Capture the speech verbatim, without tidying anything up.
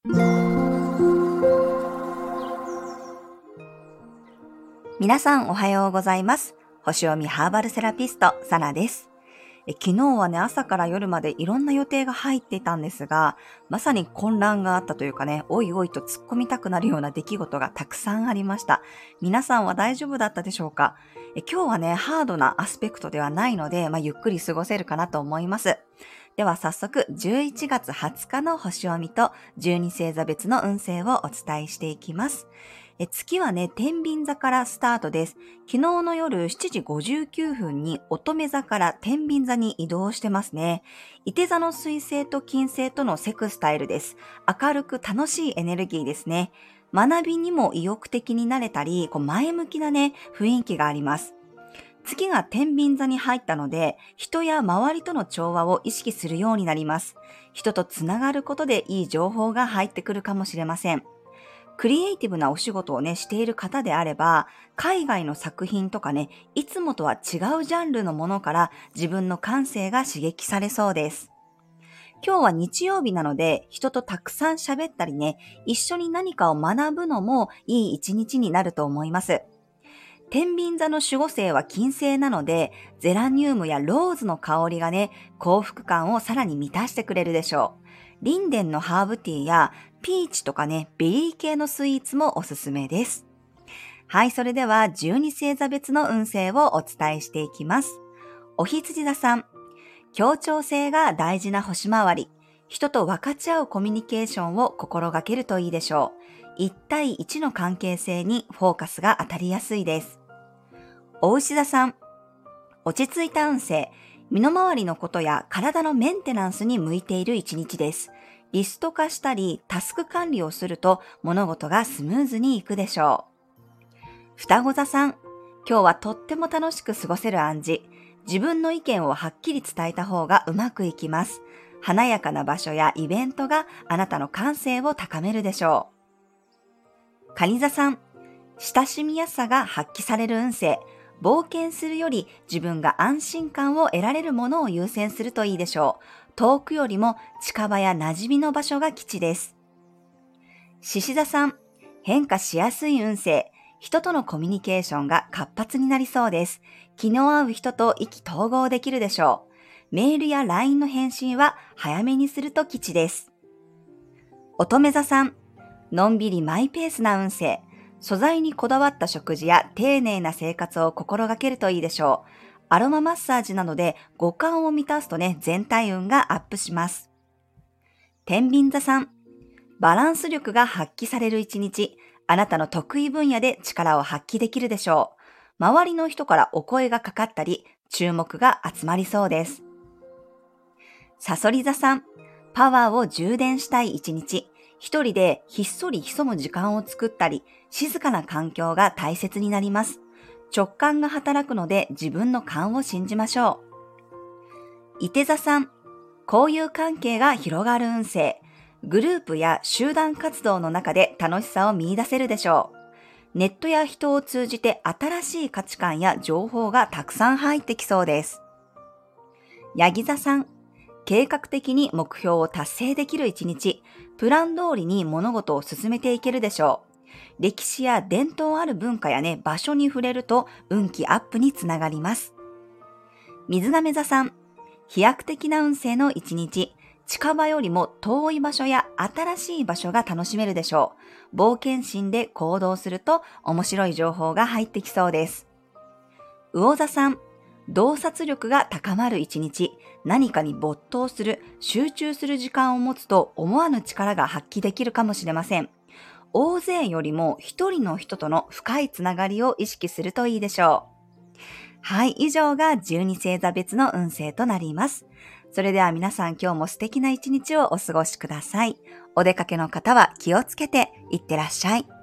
皆さんおはようございます。星読みハーバルセラピスト、サナです。え昨日はね、朝から夜までいろんな予定が入っていたんですが、まさに混乱があったというかね、おいおいと突っ込みたくなるような出来事がたくさんありました。皆さんは大丈夫だったでしょうか？え今日はね、ハードなアスペクトではないので、まあ、ゆっくり過ごせるかなと思います。では早速、じゅういちがつはつかの星読みとじゅうに星座別の運勢をお伝えしていきます。え月はね、天秤座からスタートです。昨日の夜しちじごじゅうきゅうふんに乙女座から天秤座に移動してますね。射手座の水星と金星とのセクスタイルです。明るく楽しいエネルギーですね。学びにも意欲的になれたり、こう前向きなね、雰囲気があります。月が天秤座に入ったので、人や周りとの調和を意識するようになります。人とつながることでいい情報が入ってくるかもしれません。クリエイティブなお仕事をね、している方であれば、海外の作品とかね、いつもとは違うジャンルのものから自分の感性が刺激されそうです。今日は日曜日なので、人とたくさん喋ったりね、一緒に何かを学ぶのもいい一日になると思います。天秤座の守護星は金星なので、ゼラニウムやローズの香りがね、幸福感をさらに満たしてくれるでしょう。リンデンのハーブティーやピーチとかね、ベリー系のスイーツもおすすめです。はい、それではじゅうに星座別の運勢をお伝えしていきます。お羊座さん、協調性が大事な星回り。人と分かち合うコミュニケーションを心がけるといいでしょう。いち対いちの関係性にフォーカスが当たりやすいです。お牛座さん、落ち着いた運勢。身の回りのことや体のメンテナンスに向いている一日です。リスト化したりタスク管理をすると物事がスムーズにいくでしょう。双子座さん、今日はとっても楽しく過ごせる暗示。自分の意見をはっきり伝えた方がうまくいきます。華やかな場所やイベントがあなたの感性を高めるでしょう。蟹座さん、親しみやすさが発揮される運勢。冒険するより自分が安心感を得られるものを優先するといいでしょう。遠くよりも近場や馴染みの場所が吉です。獅子座さん、変化しやすい運勢。人とのコミュニケーションが活発になりそうです。気の合う人と意気投合できるでしょう。メールや ライン の返信は早めにすると吉です。乙女座さん、のんびりマイペースな運勢。素材にこだわった食事や丁寧な生活を心がけるといいでしょう。アロママッサージなどで五感を満たすとね、全体運がアップします。天秤座さん、バランス力が発揮される一日。あなたの得意分野で力を発揮できるでしょう。周りの人からお声がかかったり、注目が集まりそうです。さそり座さん、パワーを充電したい一日。一人でひっそり潜む時間を作ったり、静かな環境が大切になります。直感が働くので自分の勘を信じましょう。射手座さん、交友関係が広がる運勢。グループや集団活動の中で楽しさを見出せるでしょう。ネットや人を通じて新しい価値観や情報がたくさん入ってきそうです。ヤギ座さん、計画的に目標を達成できる一日。プラン通りに物事を進めていけるでしょう。歴史や伝統ある文化やね、場所に触れると運気アップにつながります。水亀座さん、飛躍的な運勢の一日。近場よりも遠い場所や新しい場所が楽しめるでしょう。冒険心で行動すると面白い情報が入ってきそうです。魚座さん、洞察力が高まる一日。何かに没頭する、集中する時間を持つと思わぬ力が発揮できるかもしれません。大勢よりも一人の人との深いつながりを意識するといいでしょう。はい、以上がじゅうに星座別の運勢となります。それでは皆さん今日も素敵な一日をお過ごしください。お出かけの方は気をつけていってらっしゃい。